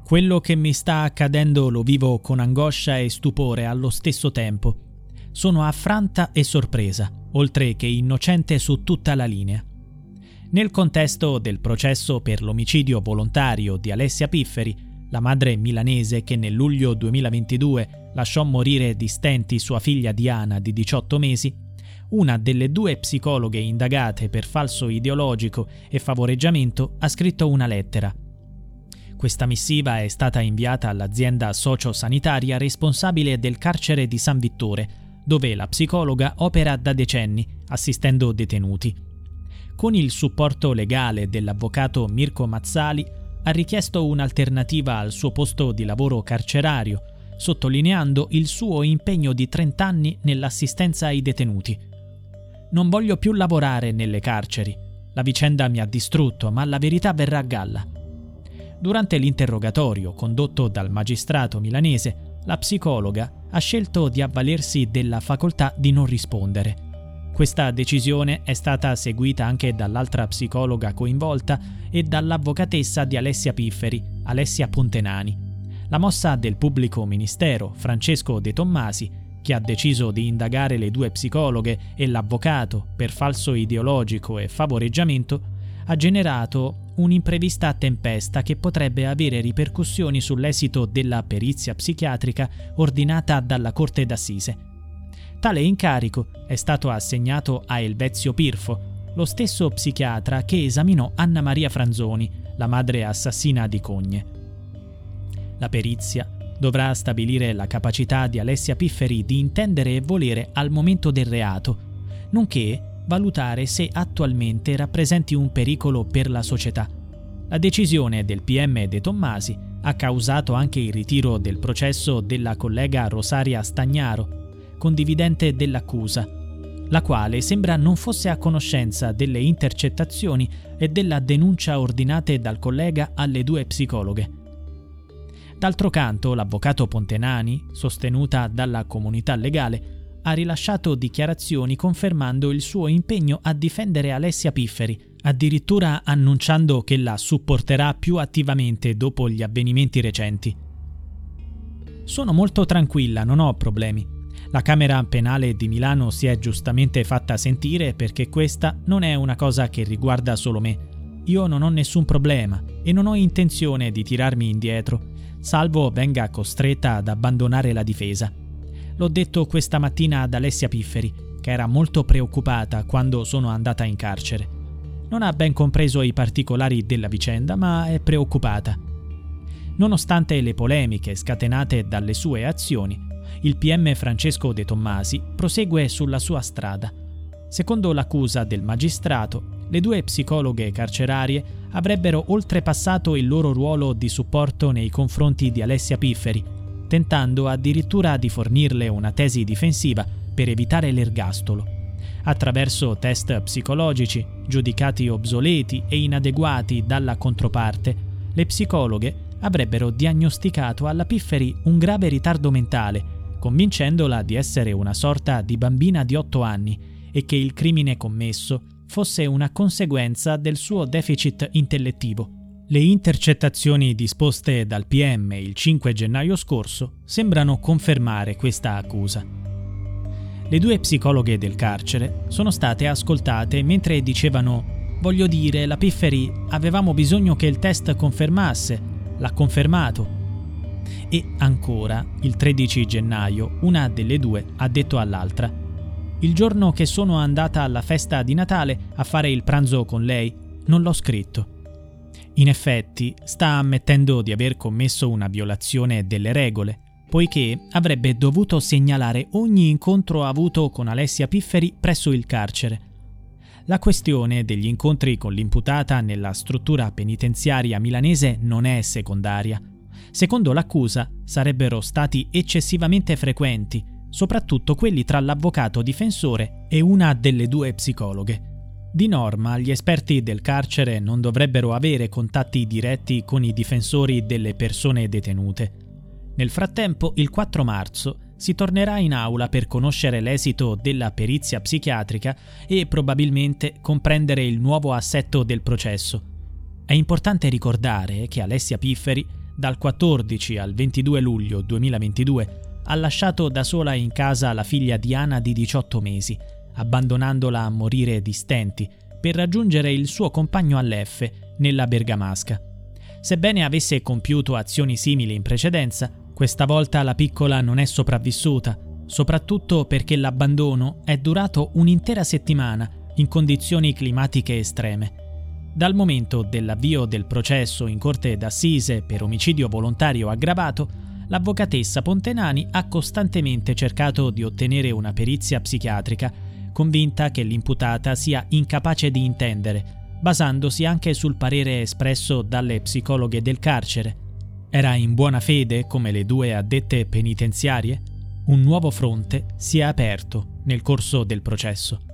Quello che mi sta accadendo lo vivo con angoscia e stupore allo stesso tempo. Sono affranta e sorpresa, oltre che innocente su tutta la linea. Nel contesto del processo per l'omicidio volontario di Alessia Pifferi, la madre milanese che nel luglio 2022 lasciò morire di stenti sua figlia Diana di 18 mesi, una delle 2 psicologhe indagate per falso ideologico e favoreggiamento ha scritto una lettera. Questa missiva è stata inviata all'azienda sociosanitaria responsabile del carcere di San Vittore, dove la psicologa opera da decenni, assistendo detenuti. Con il supporto legale dell'avvocato Mirko Mazzali, ha richiesto un'alternativa al suo posto di lavoro carcerario, sottolineando il suo impegno di 30 anni nell'assistenza ai detenuti. Non voglio più lavorare nelle carceri. La vicenda mi ha distrutto, ma la verità verrà a galla. Durante l'interrogatorio condotto dal magistrato milanese, la psicologa ha scelto di avvalersi della facoltà di non rispondere. Questa decisione è stata seguita anche dall'altra psicologa coinvolta e dall'avvocatessa di Alessia Pifferi, Alessia Pontenani. La mossa del pubblico ministero, Francesco De Tommasi, che ha deciso di indagare le 2 psicologhe e l'avvocato per falso ideologico e favoreggiamento, ha generato un'imprevista tempesta che potrebbe avere ripercussioni sull'esito della perizia psichiatrica ordinata dalla Corte d'Assise. Tale incarico è stato assegnato a Elvezio Pirfo, lo stesso psichiatra che esaminò Anna Maria Franzoni, la madre assassina di Cogne. La perizia dovrà stabilire la capacità di Alessia Pifferi di intendere e volere al momento del reato, nonché valutare se attualmente rappresenti un pericolo per la società. La decisione del PM De Tommasi ha causato anche il ritiro del processo della collega Rosaria Stagnaro, condividente dell'accusa, la quale sembra non fosse a conoscenza delle intercettazioni e della denuncia ordinate dal collega alle 2 psicologhe. D'altro canto, l'avvocato Pontenani, sostenuta dalla comunità legale, ha rilasciato dichiarazioni confermando il suo impegno a difendere Alessia Pifferi, addirittura annunciando che la supporterà più attivamente dopo gli avvenimenti recenti. Sono molto tranquilla, non ho problemi. La Camera Penale di Milano si è giustamente fatta sentire perché questa non è una cosa che riguarda solo me. Io non ho nessun problema e non ho intenzione di tirarmi indietro, salvo venga costretta ad abbandonare la difesa. L'ho detto questa mattina ad Alessia Pifferi, che era molto preoccupata quando sono andata in carcere. Non ha ben compreso i particolari della vicenda, ma è preoccupata. Nonostante le polemiche scatenate dalle sue azioni, il PM Francesco De Tommasi prosegue sulla sua strada. Secondo l'accusa del magistrato, le 2 psicologhe carcerarie avrebbero oltrepassato il loro ruolo di supporto nei confronti di Alessia Pifferi, tentando addirittura di fornirle una tesi difensiva per evitare l'ergastolo. Attraverso test psicologici, giudicati obsoleti e inadeguati dalla controparte, le psicologhe avrebbero diagnosticato alla Pifferi un grave ritardo mentale, convincendola di essere una sorta di bambina di 8 anni e che il crimine commesso fosse una conseguenza del suo deficit intellettivo. Le intercettazioni disposte dal PM il 5 gennaio scorso sembrano confermare questa accusa. Le 2 psicologhe del carcere sono state ascoltate mentre dicevano: «Voglio dire, la Pifferi, avevamo bisogno che il test confermasse, l'ha confermato». E ancora, il 13 gennaio, una delle 2 ha detto all'altra: «Il giorno che sono andata alla festa di Natale a fare il pranzo con lei, non l'ho scritto». In effetti, sta ammettendo di aver commesso una violazione delle regole, poiché avrebbe dovuto segnalare ogni incontro avuto con Alessia Pifferi presso il carcere. La questione degli incontri con l'imputata nella struttura penitenziaria milanese non è secondaria. Secondo l'accusa, sarebbero stati eccessivamente frequenti, soprattutto quelli tra l'avvocato difensore e una delle 2 psicologhe. Di norma, gli esperti del carcere non dovrebbero avere contatti diretti con i difensori delle persone detenute. Nel frattempo, il 4 marzo, si tornerà in aula per conoscere l'esito della perizia psichiatrica e probabilmente comprendere il nuovo assetto del processo. È importante ricordare che Alessia Pifferi dal 14 al 22 luglio 2022 ha lasciato da sola in casa la figlia Diana di 18 mesi, abbandonandola a morire di stenti per raggiungere il suo compagno all'F nella Bergamasca. Sebbene avesse compiuto azioni simili in precedenza, questa volta la piccola non è sopravvissuta, soprattutto perché l'abbandono è durato un'intera settimana in condizioni climatiche estreme. Dal momento dell'avvio del processo in corte d'assise per omicidio volontario aggravato, l'avvocatessa Pontenani ha costantemente cercato di ottenere una perizia psichiatrica, convinta che l'imputata sia incapace di intendere, basandosi anche sul parere espresso dalle psicologhe del carcere. Era in buona fede, come le due addette penitenziarie? Un nuovo fronte si è aperto nel corso del processo.